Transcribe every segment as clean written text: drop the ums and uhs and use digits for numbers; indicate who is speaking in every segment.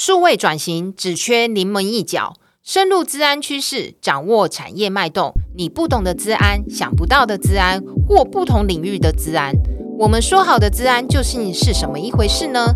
Speaker 1: 数位转型只缺临门一脚，深入资安趋势，掌握产业脉动，你不懂的资安，想不到的资安，或不同领域的资安，我们说好的资安究竟是什么一回事呢？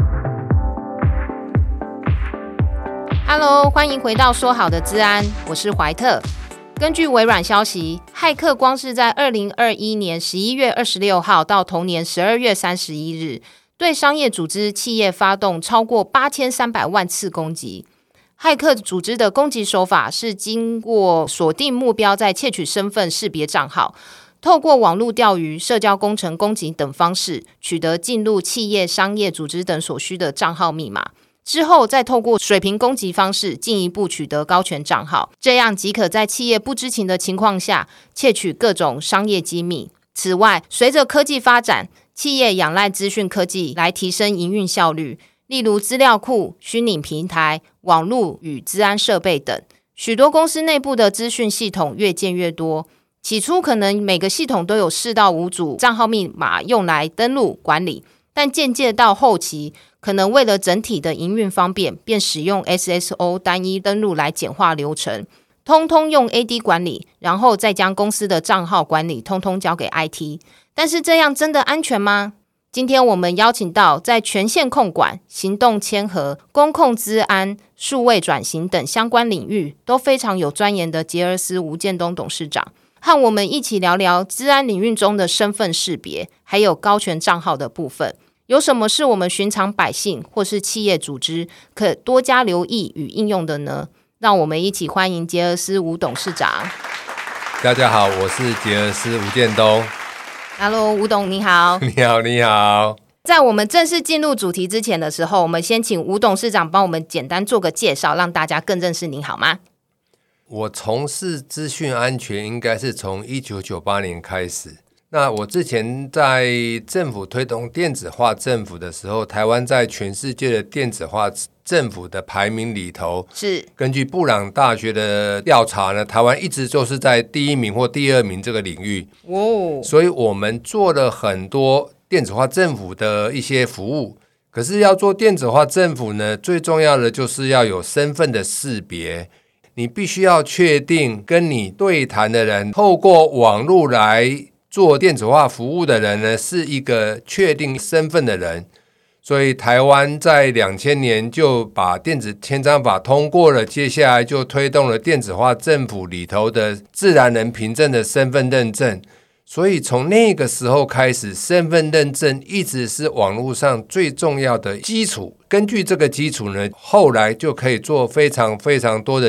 Speaker 1: Hello， 欢迎回到说好的资安，我是怀特。根据微软消息，骇客光是在2021年11月26号到同年12月31日，对商业组织企业发动超过8300万次攻击。骇客组织的攻击手法是经过锁定目标，再窃取身份识别账号，透过网络钓鱼、社交工程攻击等方式，取得进入企业、商业组织等所需的账号密码。之后再透过水平攻击方式进一步取得高权账号，这样即可在企业不知情的情况下窃取各种商业机密。此外，随着科技发展，企业仰赖资讯科技来提升营运效率，例如资料库、虚拟平台、网络与资安设备等。许多公司内部的资讯系统越建越多，起初可能每个系统都有4到5组账号密码用来登录管理，但渐渐到后期，可能为了整体的营运方便，便使用 SSO 单一登录来简化流程，通通用 AD 管理，然后再将公司的账号管理通通交给 IT。 但是这样真的安全吗？今天我们邀请到在权限控管、行动签合、公控资安、数位转型等相关领域都非常有钻研的杰尔斯吴建东董事长，和我们一起聊聊资安领域中的身份识别，还有高权账号的部分。有什么是我们寻常百姓或是企业组织可多加留意与应用的呢？让我们一起欢迎杰尔斯吴董事长。
Speaker 2: 大家好，我是杰尔斯吴建东。
Speaker 1: Hello， 吴董你好。
Speaker 2: 你好，你好。
Speaker 1: 在我们正式进入主题之前的时候，我们先请吴董事长帮我们简单做个介绍，让大家更认识您好吗？
Speaker 2: 我从事资讯安全应该是从1998年开始。那我之前在政府推动电子化政府的时候，台湾在全世界的电子化政府的排名里头，是根据布朗大学的调查呢，台湾一直就是在第1名或第2名这个领域。所以我们做了很多电子化政府的一些服务。可是要做电子化政府呢，最重要的就是要有身份的识别。你必须要确定跟你对谈的人，透过网络来做电子化服务的人呢，是一个确定身份的人。所以台湾在2000年就把电子签章法通过了，接下来就推动了电子化政府里头的自然人凭证的身份认证。所以从那个时候开始，身份认证一直是网络上最重要的基础。根据这个基础呢，后来就可以做非常非常多的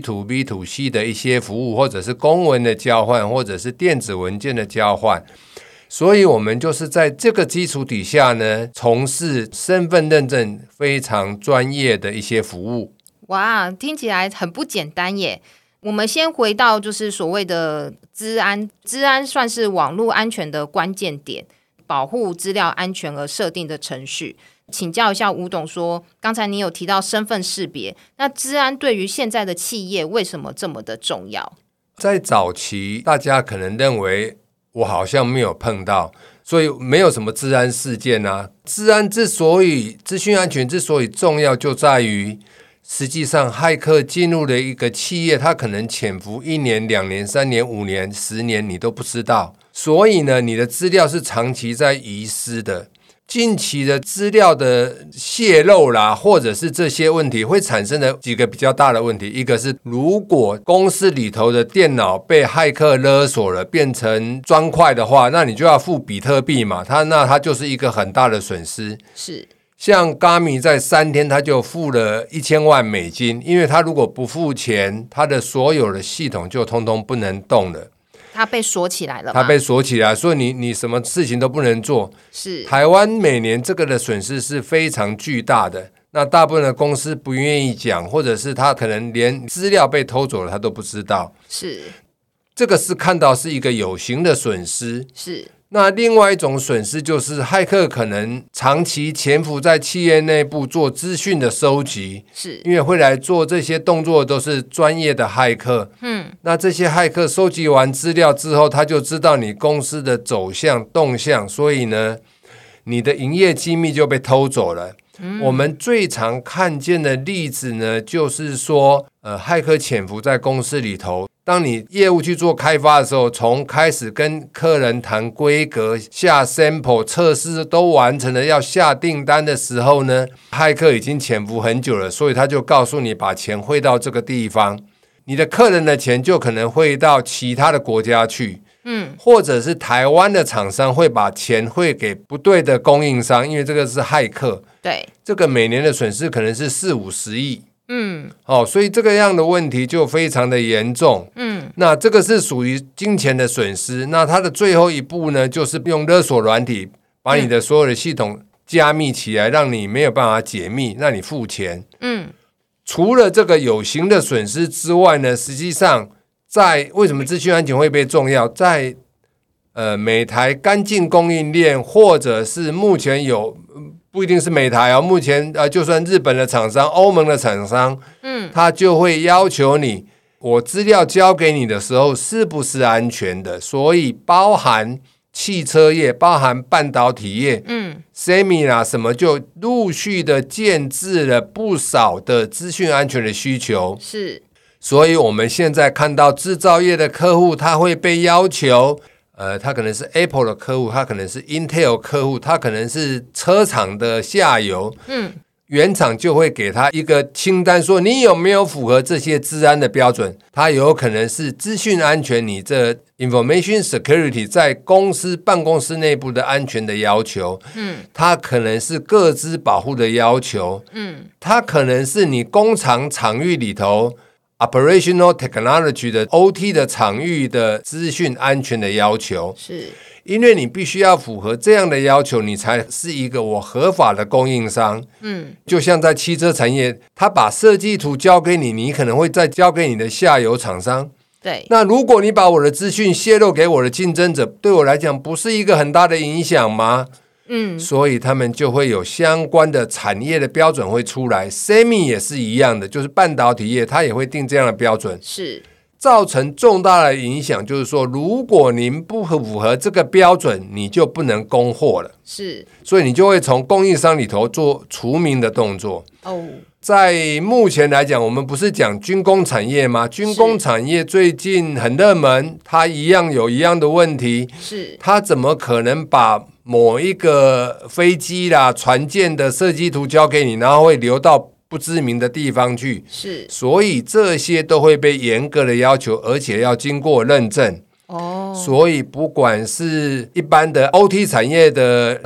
Speaker 2: G2B2C 的一些服务，或者是公文的交换，或者是电子文件的交换。所以我们就是在这个基础底下呢，从事身份认证非常专业的一些服务。
Speaker 1: 哇，听起来很不简单耶。我们先回到就是所谓的资安，资安算是网络安全的关键点，保护资料安全而设定的程序。请教一下吴董说，刚才你有提到身份识别，那资安对于现在的企业为什么这么的重要？
Speaker 2: 在早期大家可能认为我好像没有碰到，所以没有什么资安事件啊。资安之所以资讯安全之所以重要，就在于实际上骇客进入了一个企业，他可能潜伏1年、2年、3年、5年、10年，你都不知道。所以呢，你的资料是长期在遗失的。近期的资料的泄露啦，或者是这些问题会产生的几个比较大的问题。一个是，如果公司里头的电脑被骇客勒索了，变成砖块的话，那你就要付比特币嘛，那它就是一个很大的损失。
Speaker 1: 是。
Speaker 2: 像 Gami 在3天他就付了1000万美金，因为他如果不付钱，他的所有的系统就通通不能动了。
Speaker 1: 他被锁起来了吗？
Speaker 2: 他被锁起来，所以你什么事情都不能做。
Speaker 1: 是
Speaker 2: 台湾每年这个的损失是非常巨大的。那大部分的公司不愿意讲，或者是他可能连资料被偷走了他都不知道。
Speaker 1: 是
Speaker 2: 这个是看到是一个有形的损失。
Speaker 1: 是。
Speaker 2: 那另外一种损失就是骇客可能长期潜伏在企业内部做资讯的收集，是因为会来做这些动作都是专业的骇客。那这些骇客收集完资料之后，他就知道你公司的走向动向，所以呢，你的营业机密就被偷走了。 我们最常看见的例子呢，就是说骇客潜伏在公司里头，当你业务去做开发的时候，从开始跟客人谈规格、下 sample 测试都完成了，要下订单的时候呢，骇客已经潜伏很久了，所以他就告诉你把钱汇到这个地方，你的客人的钱就可能汇到其他的国家去，或者是台湾的厂商会把钱汇给不对的供应商，因为这个是骇客，
Speaker 1: 对，
Speaker 2: 这个每年的损失可能是40-50亿。所以这个样的问题就非常的严重。那这个是属于金钱的损失。那它的最后一步呢，就是用勒索软体把你的所有的系统加密起来，让你没有办法解密，那你付钱。除了这个有形的损失之外呢，实际上在为什么资讯安全会被重要？在每台干净供应链，或者是目前有。不一定是美台目前就算日本的厂商、欧盟的厂商，他就会要求你，我资料交给你的时候是不是安全的？所以包含汽车业、包含半导体业，semi 啦什么，就陆续的建置了不少的资讯安全的需求。
Speaker 1: 是，
Speaker 2: 所以我们现在看到制造业的客户，他会被要求。他可能是 Apple 的客户，他可能是 Intel 客户，他可能是车厂的下游，原厂就会给他一个清单，说你有没有符合这些资安的标准。他有可能是资讯安全，你这 information security 在公司办公室内部的安全的要求，它可能是个资保护的要求，它可能是你工厂场域里头Operational Technology 的 OT 的场域的资讯安全的要求，
Speaker 1: 是
Speaker 2: 因为你必须要符合这样的要求，你才是一个我合法的供应商。就像在汽车产业，他把设计图交给你，你可能会再交给你的下游厂商。
Speaker 1: 对，
Speaker 2: 那如果你把我的资讯泄露给我的竞争者，对我来讲不是一个很大的影响吗？所以他们就会有相关的产业的标准会出来。 Semi 也是一样的，就是半导体业它也会定这样的标准，
Speaker 1: 是
Speaker 2: 造成重大的影响。就是说如果您不符合这个标准，你就不能供货了，
Speaker 1: 是，
Speaker 2: 所以你就会从供应商里头做除名的动作。在目前来讲，我们不是讲军工产业吗？军工产业最近很热门，它一样有一样的问题，
Speaker 1: 是
Speaker 2: 它怎么可能把某一个飞机啦、船舰的设计图交给你，然后会流到不知名的地方去？是，所以这些都会被严格的要求，而且要经过认证。所以不管是一般的 OT 产业的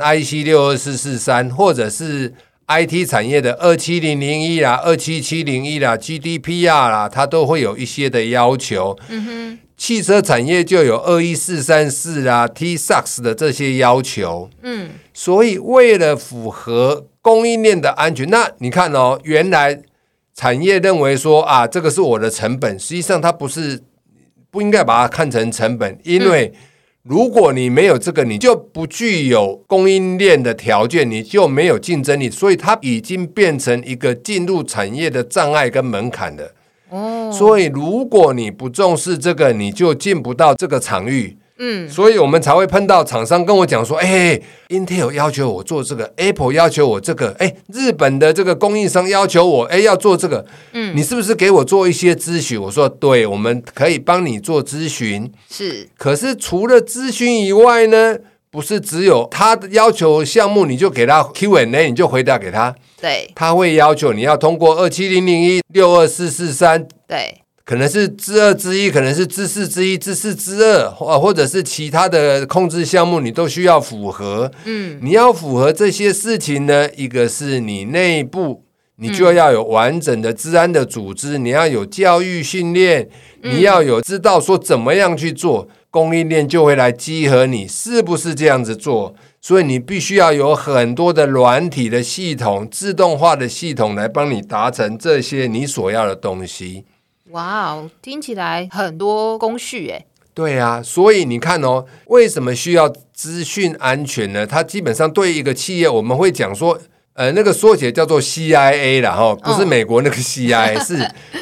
Speaker 2: IC62443，或者是IT 产业的27001啦、27701啦、GDPR 啦，它都会有一些的要求。汽车产业就有21434啦、TSOX 的这些要求。所以为了符合供应链的安全，那你看原来产业认为说这个是我的成本，实际上它不应该把它看成成本，因为如果你没有这个，你就不具有供应链的条件，你就没有竞争力，所以它已经变成一个进入产业的障碍跟门槛了。所以如果你不重视这个，你就进不到这个场域。所以我们才会碰到厂商跟我讲说Intel 要求我做这个， Apple 要求我这个，日本的这个供应商要求我要做这个，你是不是给我做一些咨询？我说对，我们可以帮你做咨询。是，可是除了咨询以外呢，不是只有他的要求项目你就给他 Q&A 你就回答给他。对，他会要求你要通过27001、62443，对，可能是之2之1，可能是之4之1、之4之2，或者是其他的控制项目，你都需要符合。你要符合这些事情呢，一个是你内部，你就要有完整的资安的组织，你要有教育训练，你要有知道说怎么样去做，供应链就会来稽核你是不是这样子做。所以你必须要有很多的软体的系统、自动化的系统来帮你达成这些你所要的东西。
Speaker 1: 哇，听起来很多工序耶。
Speaker 2: 对啊，所以你看为什么需要资讯安全呢？它基本上对一个企业，我们会讲说，那个缩写叫做 CIA 啦，不是美国那个 CIA，是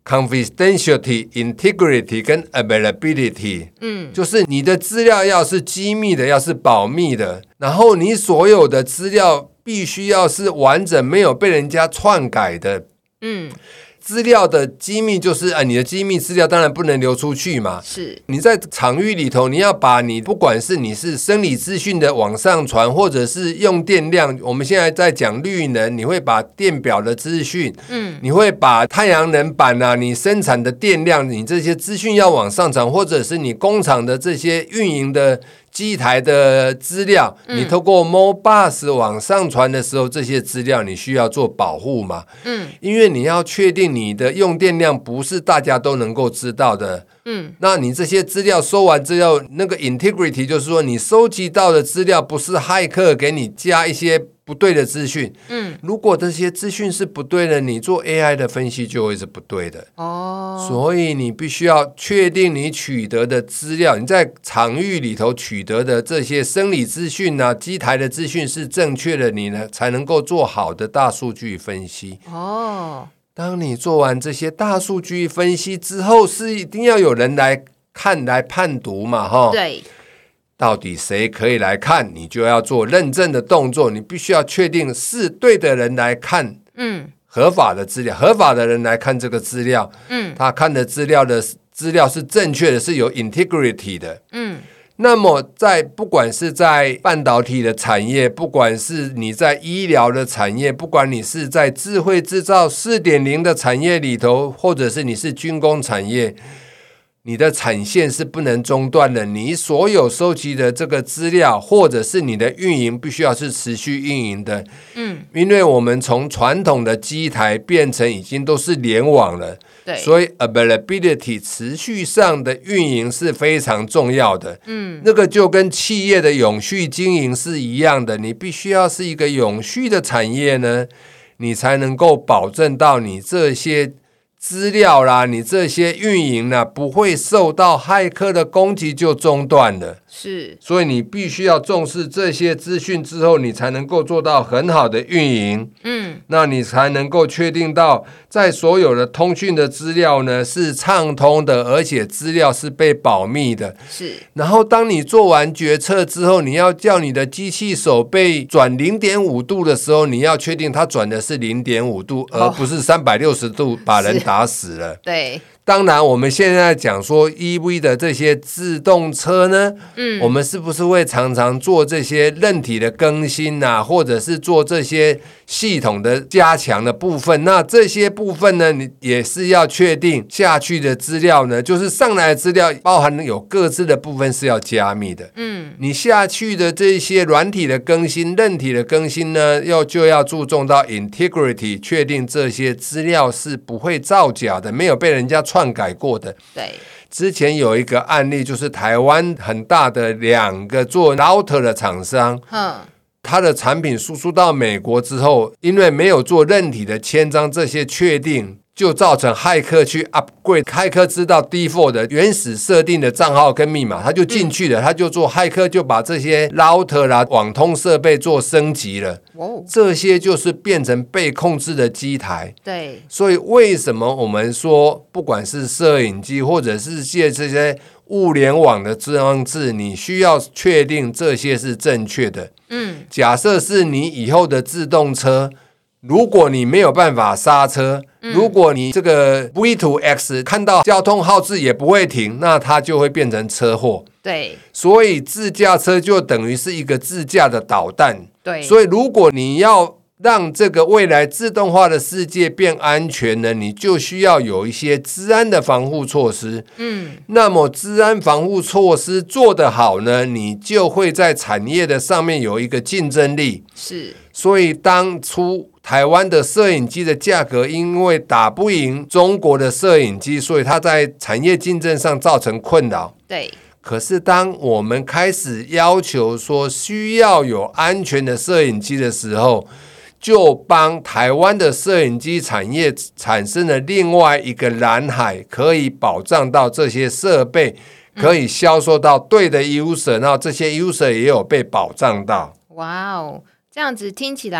Speaker 2: confidentiality, integrity 跟 availability，就是你的资料要是机密的，要是保密的，然后你所有的资料必须要是完整，没有被人家篡改的。资料的机密就是你的机密资料当然不能流出去嘛。
Speaker 1: 是
Speaker 2: 你在场域里头，你要把你不管是你是生理资讯的往上传，或者是用电量，我们现在在讲绿能，你会把电表的资讯，你会把太阳能板啊，你生产的电量，你这些资讯要往上传，或者是你工厂的这些运营的机台的资料，你透过 Modbus 往上传的时候，这些资料你需要做保护嘛？因为你要确定你的用电量不是大家都能够知道的。那你这些资料收完资料，那个 integrity 就是说你收集到的资料不是骇客给你加一些不对的资讯。如果这些资讯是不对的，你做 AI 的分析就会是不对的。所以你必须要确定你取得的资料，你在场域里头取得的这些生理资讯啊、机台的资讯是正确的，你呢才能够做好的大数据分析。当你做完这些大数据分析之后，是一定要有人来看来判读嘛，
Speaker 1: 对，
Speaker 2: 到底谁可以来看，你就要做认证的动作，你必须要确定是对的人来看，合法的资料，合法的人来看这个资料，他看的资料是正确的，是有 integrity 的，那么不管是在半导体的产业，不管是你在医疗的产业，不管你是在智慧制造 4.0 的产业里头，或者是你是军工产业，你的产线是不能中断的，你所有收集的这个资料或者是你的运营必须要是持续运营的。因为我们从传统的机台变成已经都是联网了，所以 availability 持续上的运营是非常重要的。那个就跟企业的永续经营是一样的，你必须要是一个永续的产业呢，你才能够保证到你这些资料啦，你这些运营啦，不会受到骇客的攻击就中断了。
Speaker 1: 是，
Speaker 2: 所以你必须要重视这些资讯之后，你才能够做到很好的运营。那你才能够确定到在所有的通讯的资料呢是畅通的，而且资料是被保密的。
Speaker 1: 是，
Speaker 2: 然后当你做完决策之后，你要叫你的机器手背转 0.5 度的时候，你要确定它转的是 0.5 度，而不是360度把人打死了。
Speaker 1: 对，
Speaker 2: 当然我们现在讲说 EV 的这些自动车呢，我们是不是会常常做这些韧体的更新啊，或者是做这些系统的加强的部分？那这些部分呢，你也是要确定下去的资料呢，就是上来的资料包含有各自的部分是要加密的。你下去的这些软体的更新、韧体的更新呢，就要注重到 integrity， 确定这些资料是不会造假的，没有被人家篡改过的。
Speaker 1: 对，
Speaker 2: 之前有一个案例，就是台湾很大的2个做 router 的厂商，他的产品输出到美国之后，因为没有做韧体的签章这些确定，就造成骇客去 upgrade， 骇客知道 default 的原始设定的账号跟密码，他就进去了，他就做骇客就把这些 router 啦、网通设备做升级了。这些就是变成被控制的机台。
Speaker 1: 对，
Speaker 2: 所以为什么我们说，不管是摄影机或者是这些物联网的装置，你需要确定这些是正确的。假设是你以后的自动车，如果你没有办法刹车，如果你这个 V2X 看到交通号志也不会停，那它就会变成车祸。
Speaker 1: 对，
Speaker 2: 所以自驾车就等于是一个自驾的导弹。
Speaker 1: 对，
Speaker 2: 所以如果你要让这个未来自动化的世界变安全呢，你就需要有一些资安的防护措施。那么资安防护措施做得好呢，你就会在产业的上面有一个竞争力。
Speaker 1: 是，
Speaker 2: 所以当初台湾的摄影机的价格因为打不赢中国的摄影机，所以它在产业竞争上造成困扰。
Speaker 1: 对。
Speaker 2: 可是当我们开始要求说需要有安全的摄影机的时候，就帮台湾的摄影机产业产生了另外一个蓝海，可以保障到这些设备可以销售到对的 user， 然后这些 user 也有被保障到。
Speaker 1: 哇哦，这样子听起来，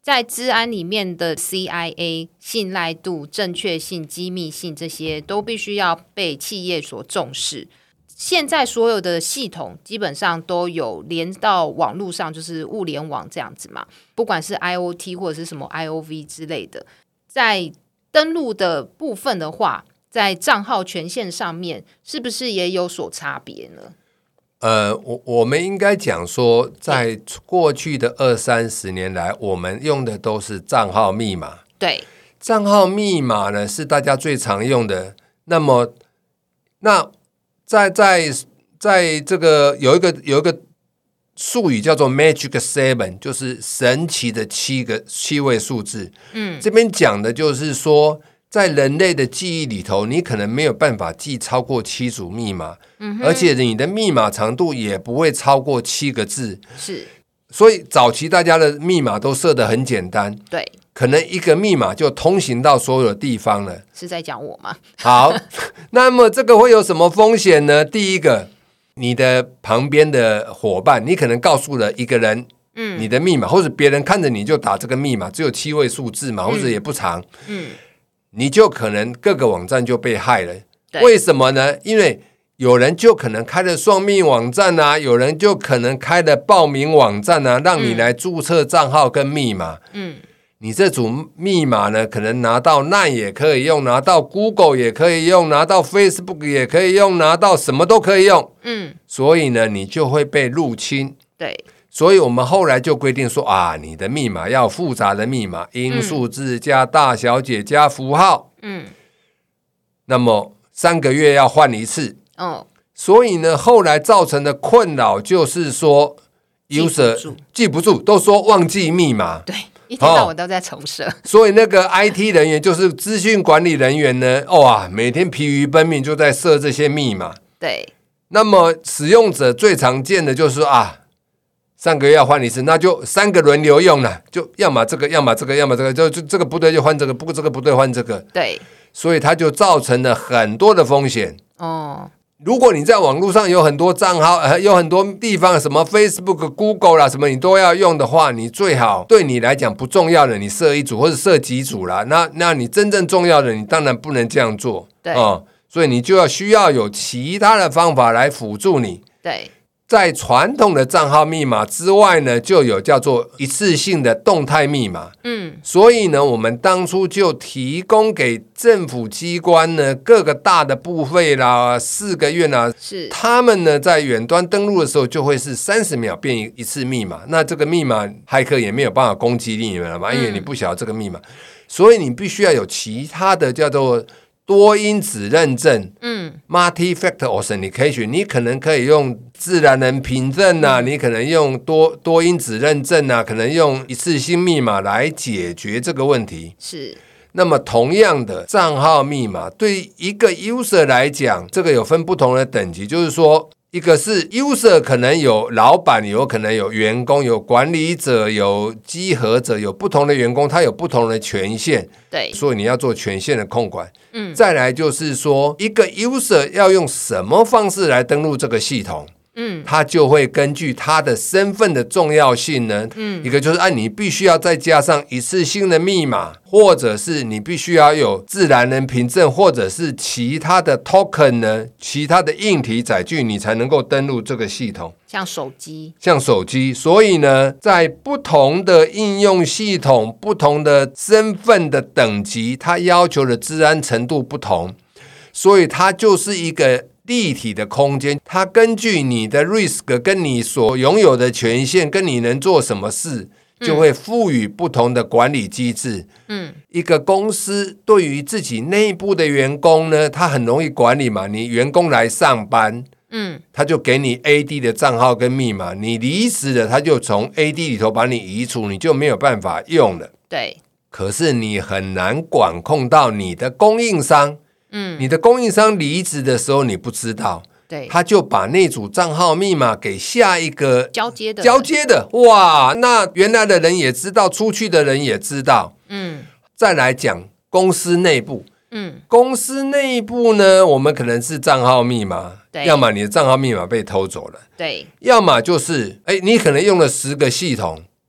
Speaker 1: 在资安里面的 CIA 信赖度、正确性、机密性这些都必须要被企业所重视。现在所有的系统基本上都有连到网络上，就是物联网这样子嘛，不管是 IoT 或者是什么 IOV 之类的。在登录的部分的话，在账号权限上面是不是也有所差别呢？
Speaker 2: 我们应该讲说，在过去的20-30年来，我们用的都是账号密码。
Speaker 1: 对，
Speaker 2: 账号密码呢是大家最常用的。那在这个有一个术语叫做 Magic 7， 就是神奇的7位数字。这边讲的就是说，在人类的记忆里头，你可能没有办法记超过7组密码，而且你的密码长度也不会超过7个字。
Speaker 1: 是，
Speaker 2: 所以早期大家的密码都设得很简单，
Speaker 1: 对，
Speaker 2: 可能一个密码就通行到所有的地方了。
Speaker 1: 是在讲我吗？
Speaker 2: 好，那么这个会有什么风险呢？第一个，你的旁边的伙伴，你可能告诉了一个人你的密码，或者别人看着你就打这个密码，只有7位数字嘛，或者也不长，你就可能各个网站就被害了。为什么呢？因为有人就可能开了双密网站啊，有人就可能开了报名网站啊，让你来注册账号跟密码。你这组密码呢，可能拿到 LINE 也可以用，拿到 Google 也可以用，拿到 Facebook 也可以用，拿到什么都可以用。所以呢，你就会被入侵。
Speaker 1: 对，
Speaker 2: 所以我们后来就规定说啊，你的密码要复杂的密码，英数字加大小姐加符号。那么3个月要换一次。所以呢，后来造成的困扰就是说 user 记不住，都说忘记密码。
Speaker 1: 对，一天到晚都在重设。
Speaker 2: 所以那个 IT 人员就是资讯管理人员呢，哇，每天疲于奔命就在设这些密码。
Speaker 1: 对，
Speaker 2: 那么使用者最常见的就是说啊，3个月要换一次，那就3个轮流用了，就要么这个，要么这个，要么这个，就这个不对就换这个，不过这个不对换这个。
Speaker 1: 对，
Speaker 2: 所以它就造成了很多的风险。如果你在网络上有很多账号，有很多地方什么 Facebook、Google 啦，什么你都要用的话，你最好对你来讲不重要的，你设一组或者设几组啦。那你真正重要的，你当然不能这样做。
Speaker 1: 对，
Speaker 2: 所以你就需要有其他的方法来辅助你。
Speaker 1: 对。
Speaker 2: 在传统的账号密码之外呢，就有叫做一次性的动态密码。所以呢，我们当初就提供给政府机关呢，各个大的部会啦、4个月啦，是他们呢在远端登录的时候，就会是30秒变一次密码。那这个密码骇客也没有办法攻击你们了嘛，因为你不晓得这个密码，所以你必须要有其他的叫做多因子认证，multi-factor authentication， 你可能可以用自然人凭证啊，你可能用多因子认证啊，可能用一次性密码来解决这个问题。是。那么同样的账号密码，对一个 user 来讲，这个有分不同的等级，就是说，一个是 user 可能有老板，有可能有员工，有管理者，有稽核者，有不同的员工，他有不同的权限。对，所以你要做权限的控管。再来就是说，一个 user 要用什么方式来登录这个系统？他就会根据他的身份的重要性呢，一个就是你必须要再加上一次性的密码，或者是你必须要有自然人凭证，或者是其他的 token 呢，其他的硬体载具，你才能够登录这个系统。像手机，所以呢，在不同的应用系统、不同的身份的等级，它要求的治安程度不同，所以它就是一个立体的空间，它根据你的 risk 跟你所拥有的权限，跟你能做什么事，就会赋予不同的管理机制。一个公司对于自己内部的员工呢，他很容易管理嘛，你员工来上班，他就给你 AD 的账号跟密码，你离职了，他就从 AD 里头把你移除，你就没有办法用了。对，可是你很难管控到你的供应商。你的供应商离职的时候你不知道，对，他就把那组账号密码给下一个交接的，哇，那原来的人也知道，出去的人也知道。再来讲公司内部，公司内部呢，我们可能是账号密码，要么你的账号密码被偷走了，对，要么就是你可能用了10个系统，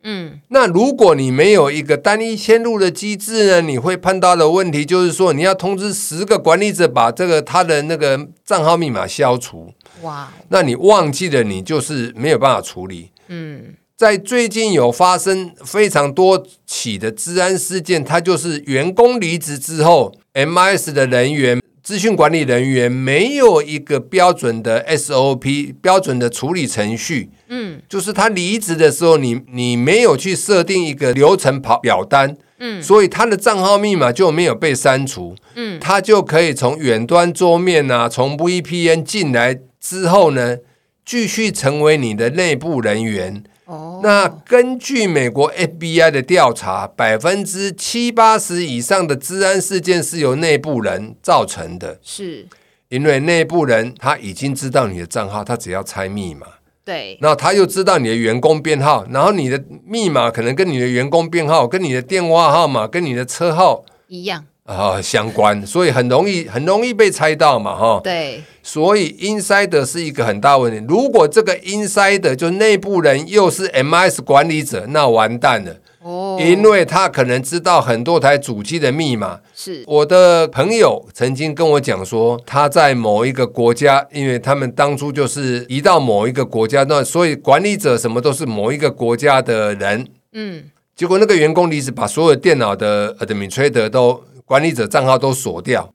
Speaker 2: 那如果你没有一个单一嵌入的机制呢，你会碰到的问题就是说，你要通知10个管理者把他的那个账号密码消除。哇，那你忘记了，你就是没有办法处理。在最近有发生非常多起的治安事件，它就是员工离职之后 ，MIS 的人员、资讯管理人员没有一个标准的 SOP 标准的处理程序。就是他离职的时候，你没有去设定一个流程表单，所以他的账号密码就没有被删除。他就可以从远端桌面啊，从 VPN 进来之后呢，继续成为你的内部人员。那根据美国 FBI 的调查，70%-80%以上的治安事件是由内部人造成的，是因为内部人他已经知道你的账号，他只要猜密码，对，然后他又知道你的员工编号，然后你的密码可能跟你的员工编号、跟你的电话号码、跟你的车号一样相关，所以很容易被猜到嘛，对。所以 insider 是一个很大问题。如果这个 insider 就内部人又是 MIS 管理者，那完蛋了。因为他可能知道很多台主机的密码。是我的朋友曾经跟我讲说，他在某一个国家，因为他们当初就是移到某一个国家，那所以管理者什么都是某一个国家的人。结果那个员工离职，把所有电脑的 administrator 都管理者账号都锁掉。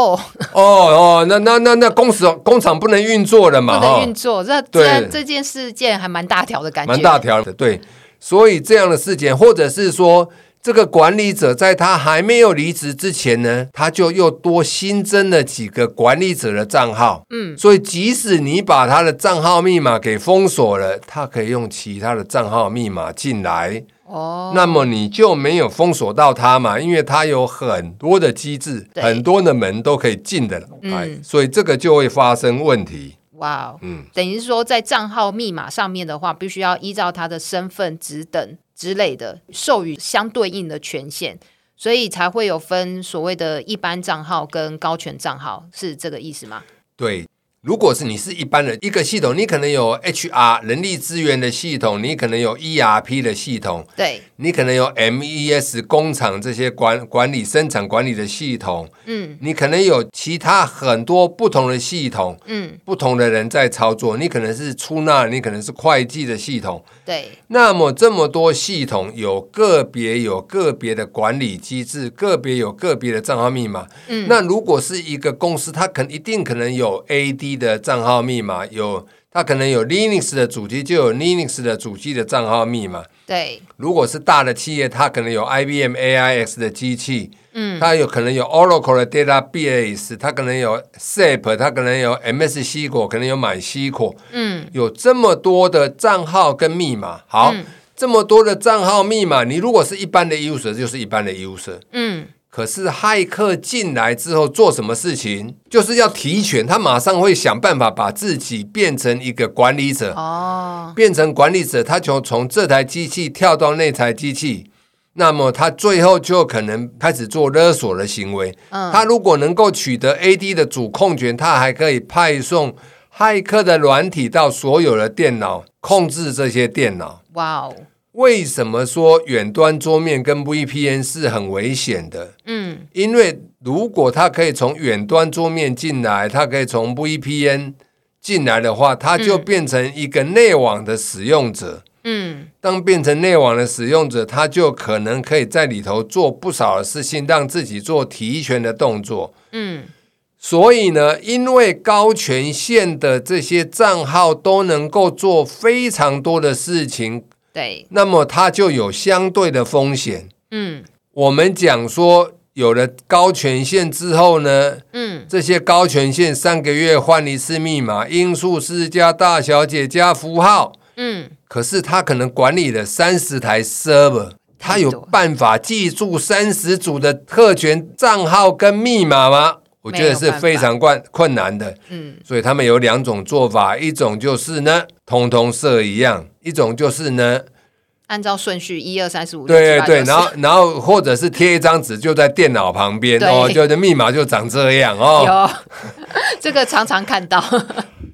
Speaker 2: 那工厂不能运作了嘛？不能运作，
Speaker 1: 这件事件还蛮大条的感觉，
Speaker 2: 蛮大条的。对，所以这样的事件，或者是说，这个管理者在他还没有离职之前呢，他就又多新增了几个管理者的账号。所以即使你把他的账号密码给封锁了，他可以用其他的账号密码进来。那么你就没有封锁到他嘛，因为他有很多的机制，很多的门都可以进的来，所以这个就会发生问题。
Speaker 1: 等于是说在账号密码上面的话，必须要依照他的身份、职等之类的授予相对应的权限，所以才会有分所谓的一般账号跟高权账号，是这个意思吗？
Speaker 2: 对。如果是你是一般的一个系统，你可能有 HR 人力资源的系统，你可能有 ERP 的系统，对，你可能有 MES 工厂这些管理生产管理的系统，你可能有其他很多不同的系统，不同的人在操作，你可能是出纳，你可能是会计的系统，对。那么这么多系统有个别的管理机制，个别有个别的账号密码，那如果是一个公司，它一定可能有 AD的账号密码，它可能有 Linux 的主机，就有 Linux 的主机的账号密码。对，如果是大的企业，它可能有 IBM AIX 的机器，它可能有 Oracle 的 Database， 它可能有 SAP， 它可能有 MS SQL， 可能有 MySQL，有这么多的账号跟密码。好，这么多的账号密码，你如果是一般的 user， 就是一般的 user。可是骇客进来之后做什么事情？就是要提权，他马上会想办法把自己变成一个管理者。变成管理者，他就从这台机器跳到那台机器，那么他最后就可能开始做勒索的行为。他如果能够取得 AD 的主控权，他还可以派送骇客的软体到所有的电脑，控制这些电脑。为什么说远端桌面跟 VPN 是很危险的？因为如果他可以从远端桌面进来，他可以从 VPN 进来的话，他就变成一个内网的使用者。当变成内网的使用者，他就可能可以在里头做不少的事情，让自己做提权的动作。所以呢，因为高权限的这些账号都能够做非常多的事情，对，那么它就有相对的风险。我们讲说有了高权限之后呢，这些高权限3个月换一次密码，英数字加大小姐加符号，可是他可能管理了30台 server， 他有办法记住30组的特权账号跟密码吗？我觉得是非常困难的。所以他们有2种做法，一种就是呢通通设一样，一种就是呢
Speaker 1: 按照顺序1、2、3、4、5、6、
Speaker 2: 对对，然后或者是贴一张纸就在电脑旁边，就是密码就长这样。有
Speaker 1: 这个常常看到。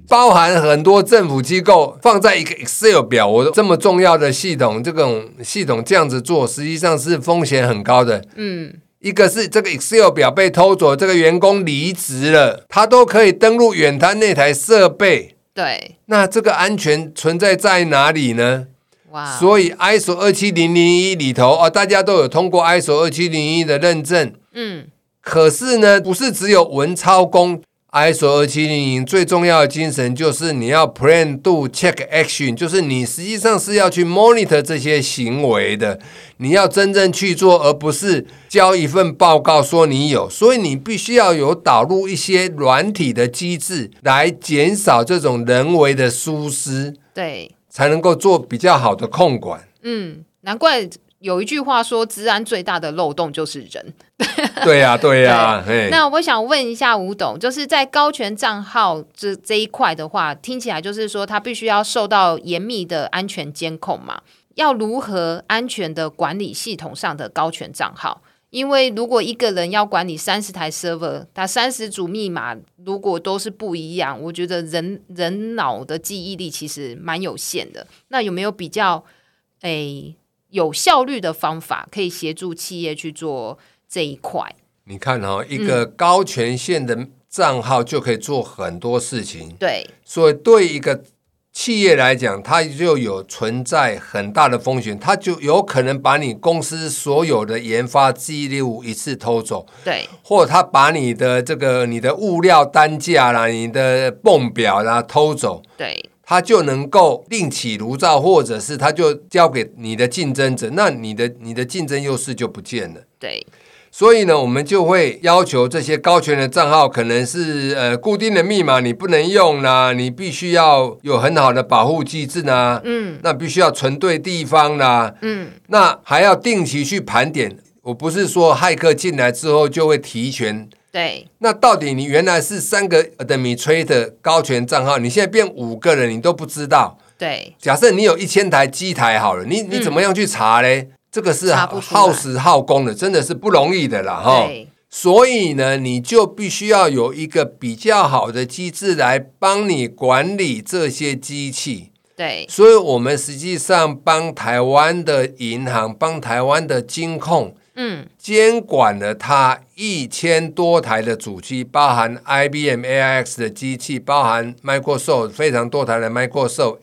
Speaker 2: 包含很多政府机构放在一个 Excel 表，我这么重要的系统，这种系统这样子做，实际上是风险很高的。一个是这个 Excel 表被偷走，这个员工离职了，他都可以登录远端那台设备。
Speaker 1: 对，
Speaker 2: 那这个安全存在哪里呢？
Speaker 1: 哇，
Speaker 2: 所以 ISO 27001里头大家都有通过 ISO 27001的认证。可是呢，不是只有文操工。ISO 27001最重要的精神就是你要 plan do check action， 就是你实际上是要去 monitor 这些行为的，你要真正去做，而不是交一份报告说你有。所以你必须要有导入一些软体的机制来减少这种人为的疏失，
Speaker 1: 对，
Speaker 2: 才能够做比较好的控管。
Speaker 1: 难怪有一句话说，资安最大的漏洞就是人。
Speaker 2: 对呀，对呀。
Speaker 1: 那我想问一下吴董，就是在高权账号这一块的话，听起来就是说它必须要受到严密的安全监控嘛？要如何安全的管理系统上的高权账号？因为如果一个人要管理30台 server， 他30组密码如果都是不一样，我觉得人脑的记忆力其实蛮有限的。那有没有比较有效率的方法可以协助企业去做这一块？
Speaker 2: 你看一个高权限的账号就可以做很多事情。
Speaker 1: 对，
Speaker 2: 所以对一个企业来讲，它就有存在很大的风险，它就有可能把你公司所有的研发记录一次偷走。
Speaker 1: 对，
Speaker 2: 或者他把你的物料单价啦、你的泵表啦偷走。
Speaker 1: 对，
Speaker 2: 他就能够另起炉灶，或者是他就交给你的竞争者，那你的竞争优势就不见了。
Speaker 1: 对，
Speaker 2: 所以呢，我们就会要求这些高权的账号可能是固定的密码你不能用啦，你必须要有很好的保护机制啦，那必须要存对地方啦，那还要定期去盘点。我不是说骇客进来之后就会提权。
Speaker 1: 对，
Speaker 2: 那到底你原来是3个 administrator 高权账号，你现在变5个人，你都不知道。
Speaker 1: 对，
Speaker 2: 假设你有1000台机台好了，你怎么样去查呢？这个是耗时耗工的，真的是不容易的啦。所以呢，你就必须要有一个比较好的机制来帮你管理这些机器。
Speaker 1: 对，
Speaker 2: 所以我们实际上帮台湾的银行、帮台湾的金控监管了它1000多台的主机，包含 IBM AIX 的机器，包含 Microsoft 非常多台的 Microsoft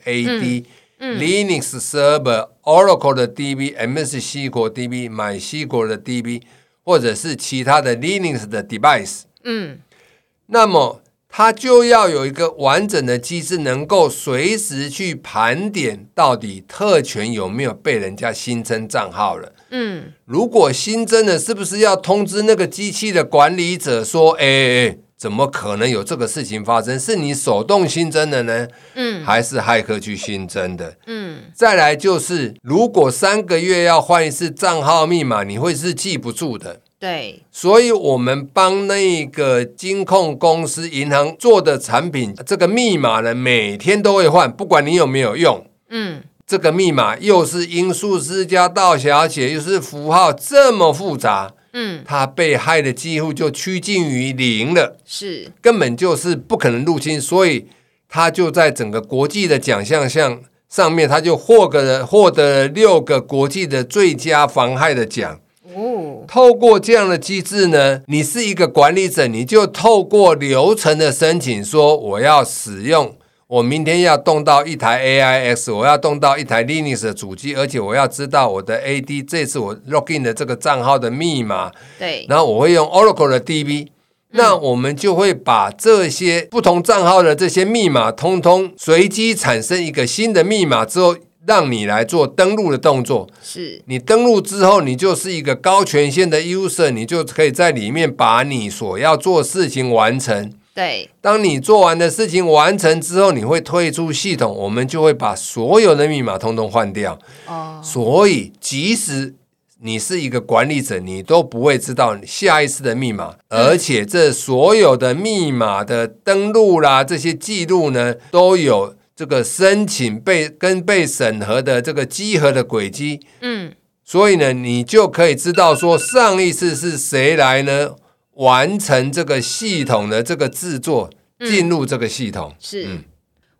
Speaker 2: AD、Linux Server、Oracle 的 DB、MS SQL DB、MySQL 的 DB， 或者是其他的 Linux 的 device。那么它就要有一个完整的机制，能够随时去盘点到底特权有没有被人家新增账号了。如果新增了，是不是要通知那个机器的管理者说怎么可能有这个事情发生？是你手动新增的呢？还是骇客去新增的？再来就是，如果3个月要换一次账号密码，你会是记不住的。
Speaker 1: 对，
Speaker 2: 所以我们帮那个金控公司、银行做的产品，这个密码呢，每天都会换，不管你有没有用。这个密码又是英数字加大小写，又是符号，这么复杂，它被害的几乎就趋近于0了，是根本就是不可能入侵，所以它就在整个国际的奖项上面，它就获得了6个国际的最佳防害的奖。透过这样的机制呢，你是一个管理者，你就透过流程的申请说，我要使用，我明天要动到1台 AIX， 我要动到1台 Linux 的主机，而且我要知道我的 AD 这次我 login 的这个账号的密码。对，然后我会用 Oracle 的 DB。那我们就会把这些不同账号的这些密码通通随机产生一个新的密码之后，让你来做登录的动作。是你登录之后，你就是一个高权限的 user， 你就可以在里面把你所要做的事情完成。对，当你做完的事情完成之后，你会退出系统，我们就会把所有的密码通通换掉。所以即使你是一个管理者，你都不会知道下一次的密码，而且这所有的密码的登录啦，这些记录呢，都有这个申请被审核的这个稽核的轨迹。所以呢，你就可以知道说上一次是谁来呢完成这个系统的这个制作，进入这个系统。是。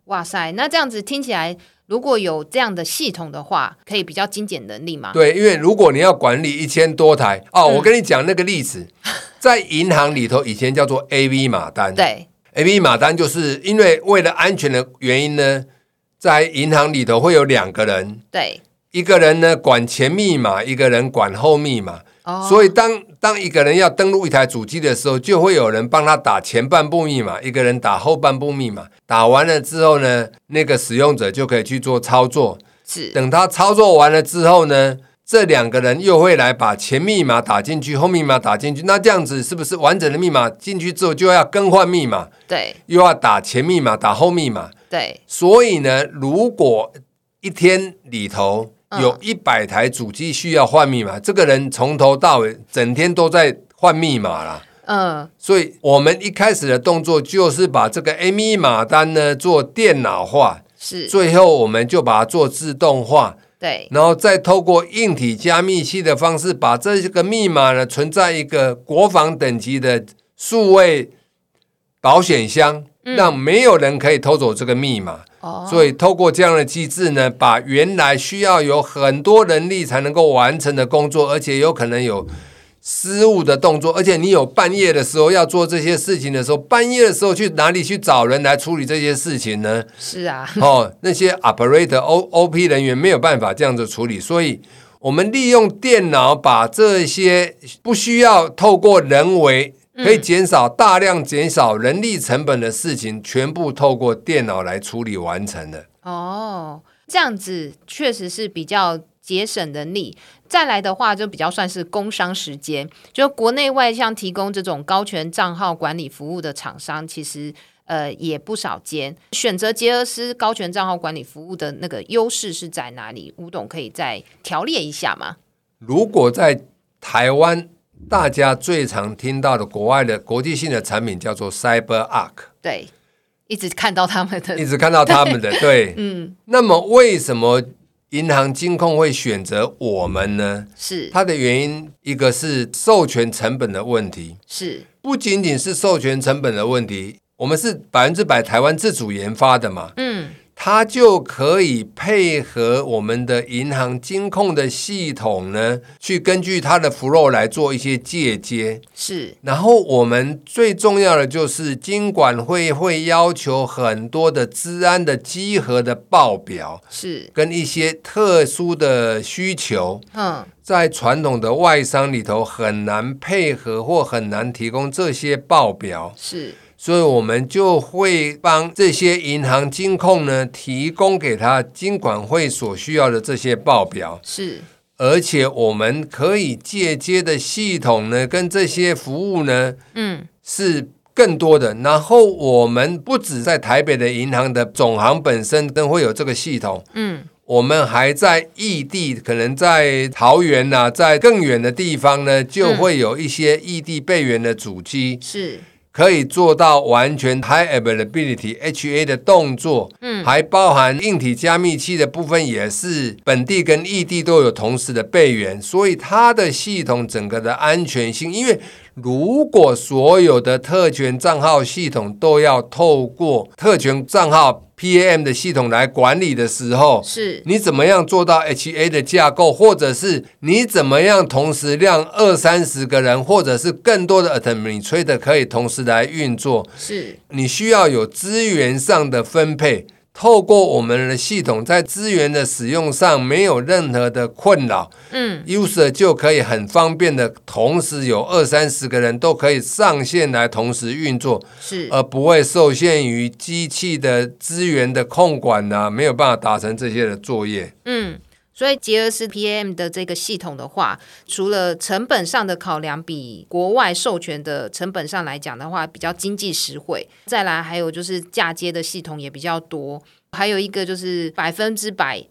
Speaker 1: 哇塞，那这样子听起来，如果有这样的系统的话，可以比较精简能力吗？
Speaker 2: 对，因为如果你要管理1000多台我跟你讲那个例子，在银行里头以前叫做 AV 码单，
Speaker 1: 对
Speaker 2: ，AV 码单就是因为了安全的原因呢，在银行里头会有2个人，
Speaker 1: 对，
Speaker 2: 一个人呢管前密码，一个人管后密码。所以当一个人要登录一台主机的时候，就会有人帮他打前半部密码，一个人打后半部密码。打完了之后呢，那个使用者就可以去做操作。
Speaker 1: 是，
Speaker 2: 等他操作完了之后呢，这2个人又会来把前密码打进去，后密码打进去。那这样子是不是完整的密码进去之后就要更换密码？
Speaker 1: 对，
Speaker 2: 又要打前密码，打后密码。
Speaker 1: 对，
Speaker 2: 所以呢，如果一天里头有100台主机需要换密码，这个人从头到尾整天都在换密码啦。所以我们一开始的动作就是把这个 AV 码单呢做电脑化，
Speaker 1: 是，
Speaker 2: 最后我们就把它做自动化，
Speaker 1: 对，
Speaker 2: 然后再透过硬体加密器的方式，把这个密码呢存在一个国防等级的数位保险箱，让没有人可以偷走这个密码。所以透过这样的机制呢，把原来需要有很多人力才能够完成的工作，而且有可能有失误的动作，而且你有半夜的时候要做这些事情的时候，半夜的时候去哪里去找人来处理这些事情呢？
Speaker 1: 是啊，
Speaker 2: 那些 operator OP 人员没有办法这样子处理，所以我们利用电脑把这些不需要透过人为可以大量减少人力成本的事情，全部透过电脑来处理完成的。
Speaker 1: 这样子确实是比较节省人力。再来的话，就比较算是工商时间，就国内外像提供这种高权账号管理服务的厂商，其实也不少间。选择捷俄斯高权账号管理服务的那个优势是在哪里？吴董可以再条列一下吗？
Speaker 2: 如果在台湾，大家最常听到的国外的国际性的产品叫做 CyberArk，
Speaker 1: 对，一直看到他们的，
Speaker 2: 对，那么为什么银行金控会选择我们呢？
Speaker 1: 是
Speaker 2: 它的原因，一个是授权成本的问题，
Speaker 1: 是
Speaker 2: 不仅仅是授权成本的问题，我们是100%台湾自主研发的嘛，它就可以配合我们的银行金控的系统呢，去根据它的 flow 来做一些借接。
Speaker 1: 是，
Speaker 2: 然后我们最重要的就是金管会要求很多的资安的稽核的报表，
Speaker 1: 是
Speaker 2: 跟一些特殊的需求，在传统的外商里头很难配合或很难提供这些报表。
Speaker 1: 是。
Speaker 2: 所以我们就会帮这些银行金控呢，提供给他金管会所需要的这些报表。
Speaker 1: 是，
Speaker 2: 而且我们可以借接的系统呢，跟这些服务呢，是更多的。然后我们不止在台北的银行的总行本身都会有这个系统，我们还在异地，可能在桃园啊，在更远的地方呢，就会有一些异地备援的主机，
Speaker 1: 是。
Speaker 2: 可以做到完全 High Availability HA 的动作，还包含硬体加密器的部分，也是本地跟异地都有同时的备援，所以它的系统整个的安全性，因为如果所有的特权账号系统都要透过特权账号PAM 的系统来管理的时候，
Speaker 1: 是
Speaker 2: 你怎么样做到 HA 的架构，或者是你怎么样同时让20-30个人，或者是更多的 administrator 可以同时来运作，
Speaker 1: 是
Speaker 2: 你需要有资源上的分配。透过我们的系统，在资源的使用上没有任何的困扰，user 就可以很方便的同时有20-30个人都可以上线来同时运作，
Speaker 1: 是
Speaker 2: 而不会受限于机器的资源的控管啊，没有办法达成这些的作业。
Speaker 1: 所以捷俄斯 PAM 的这个系统的话，除了成本上的考量比国外授权的成本上来讲的话比较经济实惠，再来还有就是嫁接的系统也比较多，还有一个就是100%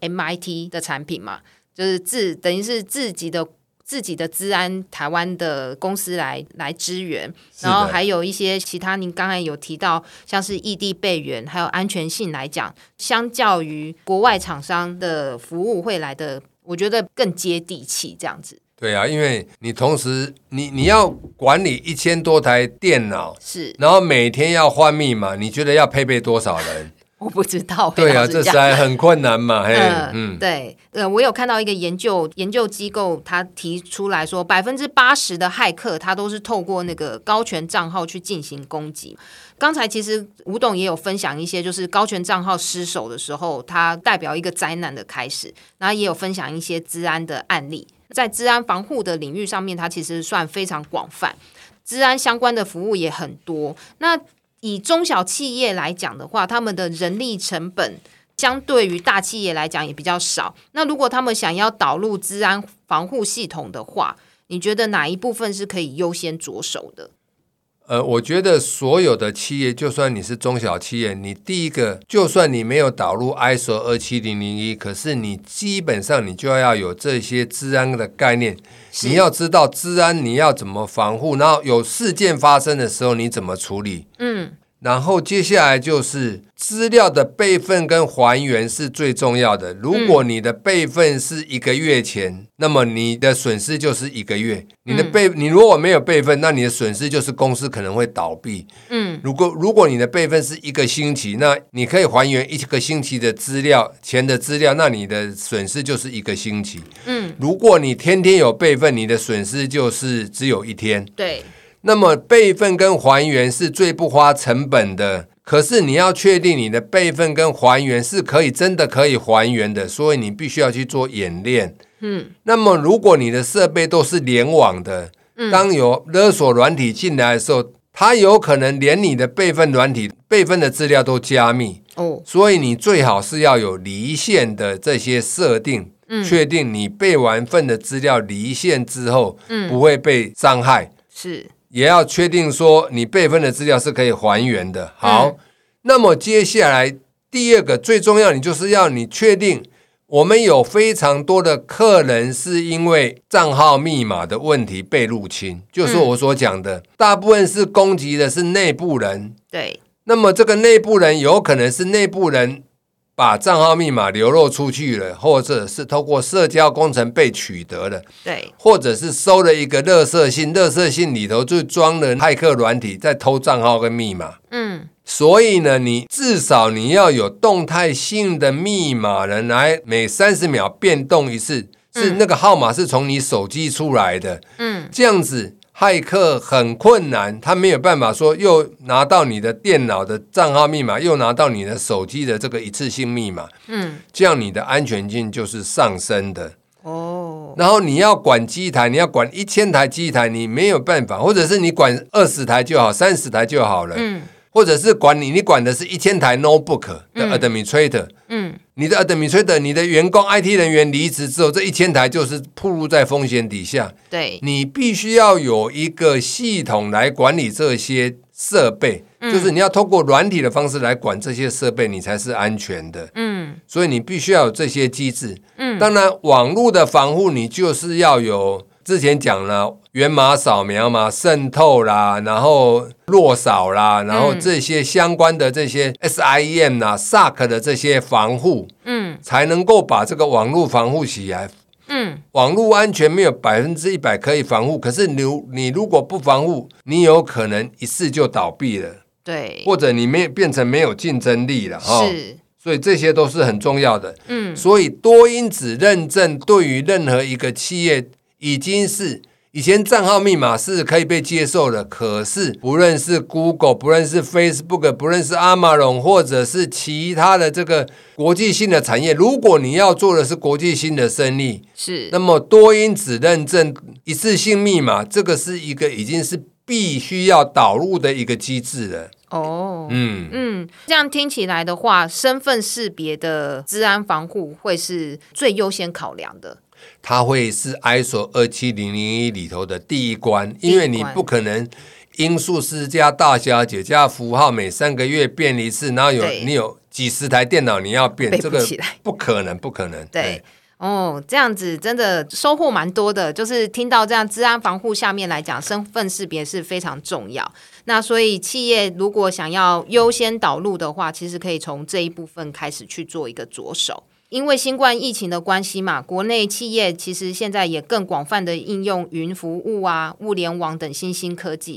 Speaker 1: MIT 的产品嘛，就是等于是自己的资安台湾的公司来支援，然后还有一些其他您刚才有提到像是异地备援还有安全性来讲，相较于国外厂商的服务会来的我觉得更接地气这样子。
Speaker 2: 对啊，因为你同时你要管理1000多台电脑，
Speaker 1: 是，
Speaker 2: 然后每天要换密码，你觉得要配备多少人？
Speaker 1: 我不知道。
Speaker 2: 对啊，这实在很困难嘛。
Speaker 1: 对，我有看到一个研究机构，他提出来说，80%的骇客他都是透过那个高权账号去进行攻击。刚才其实吴董也有分享一些，就是高权账号失守的时候，它代表一个灾难的开始，然后也有分享一些资安的案例。在资安防护的领域上面，它其实算非常广泛，资安相关的服务也很多。那以中小企业来讲的话，他们的人力成本相对于大企业来讲也比较少。那如果他们想要导入资安防护系统的话，你觉得哪一部分是可以优先着手的？
Speaker 2: 我觉得所有的企业，就算你是中小企业，你第一个，就算你没有导入 ISO 27001，可是你基本上你就要有这些资安的概念，你要知道资安你要怎么防护，然后有事件发生的时候你怎么处理。然后接下来就是资料的备份跟还原是最重要的。如果你的备份是1个月前，那么你的损失就是1个月。你如果没有备份，那你的损失就是公司可能会倒闭。如果你的备份是1个星期，那你可以还原1个星期的资料前的资料，那你的损失就是1个星期。如果你天天有备份，你的损失就是只有1天。
Speaker 1: 对。
Speaker 2: 那么备份跟还原是最不花成本的，可是你要确定你的备份跟还原是真的可以还原的，所以你必须要去做演练。那么如果你的设备都是联网的，当有勒索软体进来的时候，它有可能连你的备份软体备份的资料都加密。所以你最好是要有离线的这些设定，确定你备完份的资料离线之后不会被伤害。
Speaker 1: 是。
Speaker 2: 也要确定说你备份的资料是可以还原的。好，那么接下来第二个最重要，你就是要你确定，我们有非常多的客人是因为账号密码的问题被入侵，就是我所讲的，大部分是攻击的是内部人。
Speaker 1: 对，
Speaker 2: 那么这个内部人有可能是内部人把账号密码流露出去了，或者是透过社交工程被取得了，
Speaker 1: 对，
Speaker 2: 或者是收了一个垃圾信，垃圾信里头就装了骇客软体在偷账号跟密码。所以呢，你至少你要有动态性的密码人来每30秒变动一次，是那个号码是从你手机出来的。这样子骇客很困难，他没有办法说又拿到你的电脑的账号密码，又拿到你的手机的这个一次性密码。这样你的安全性就是上升的。然后你要管机台，你要管1000台机台，你没有办法，或者是你管20台就好，30台就好了。或者是你管的是1000台 notebook 的 administrator。你的 administrator， 你的员工 IT 人员离职之后，这1000台就是暴露在风险底下。
Speaker 1: 对，
Speaker 2: 你必须要有一个系统来管理这些设备，就是你要透过软体的方式来管这些设备，你才是安全的。所以你必须要有这些机制。当然网络的防护你就是要有，之前讲了源码扫描嘛，渗透啦，然后弱扫啦，然后这些相关的这些 SIEM 啦 SOC 的这些防护，才能够把这个网络防护起来。网络安全没有100%可以防护，可是你如果不防护，你有可能一次就倒闭了。
Speaker 1: 对，
Speaker 2: 或者你变成没有竞争力了。
Speaker 1: 是，
Speaker 2: 所以这些都是很重要的。所以多因子认证对于任何一个企业已经是，以前账号密码是可以被接受的，可是不论是 Google， 不论是 Facebook， 不论是 Amazon， 或者是其他的这个国际性的产业，如果你要做的是国际性的生意，
Speaker 1: 是，
Speaker 2: 那么多因子认证一次性密码，这个是一个已经是必须要导入的一个机制了。
Speaker 1: 这样听起来的话，身份识别的资安防护会是最优先考量的。
Speaker 2: 它会是 ISO 27001里头的第一关，因为你不可能因数字加大小姐加符号每3个月变一次，然后你有几十台电脑你要变，这个不可能。
Speaker 1: 对。这样子真的收获蛮多的，就是听到这样资安防护下面来讲，身份识别是非常重要。那所以企业如果想要优先导入的话，其实可以从这一部分开始去做一个着手。因为新冠疫情的关系嘛，国内企业其实现在也更广泛的应用云服务啊、物联网等新兴科技。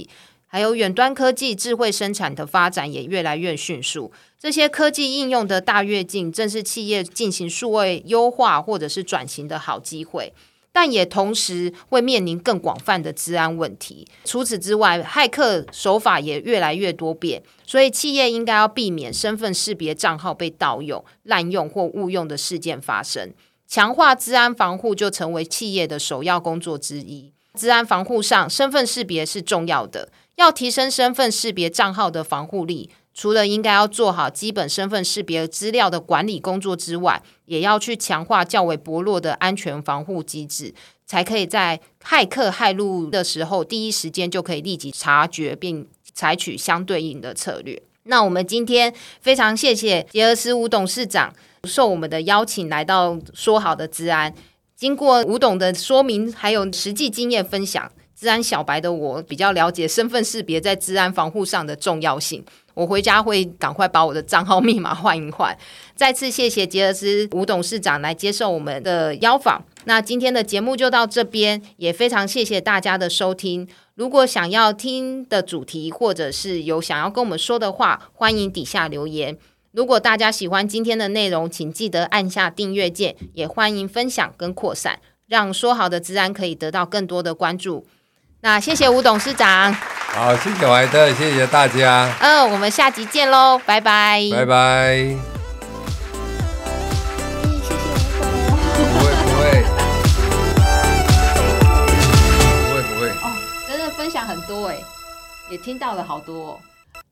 Speaker 1: 还有远端科技、智慧生产的发展也越来越迅速。这些科技应用的大跃进，正是企业进行数位优化或者是转型的好机会。但也同时会面临更广泛的治安问题。除此之外，骇客手法也越来越多变，所以企业应该要避免身份识别账号被盗用、滥用或误用的事件发生。强化治安防护就成为企业的首要工作之一。治安防护上，身份识别是重要的，要提升身份识别账号的防护力。除了应该要做好基本身份识别资料的管理工作之外，也要去强化较为薄弱的安全防护机制，才可以在骇客骇入的时候第一时间就可以立即察觉并采取相对应的策略。那我们今天非常谢谢杰尔斯吴董事长受我们的邀请来到说好的资安，经过吴董的说明还有实际经验分享，资安小白的我比较了解身份识别在资安防护上的重要性。我回家会赶快把我的账号密码换一换。再次谢谢杰尔斯吴董事长来接受我们的邀访。那今天的节目就到这边，也非常谢谢大家的收听。如果想要听的主题或者是有想要跟我们说的话，欢迎底下留言。如果大家喜欢今天的内容，请记得按下订阅键，也欢迎分享跟扩散，让说好的资安可以得到更多的关注。那谢谢吴董事长。
Speaker 2: 好，谢谢怀特，谢谢大家。
Speaker 1: 我们下集见咯，拜拜。
Speaker 2: 拜拜。不会真的分享很多也听到了好多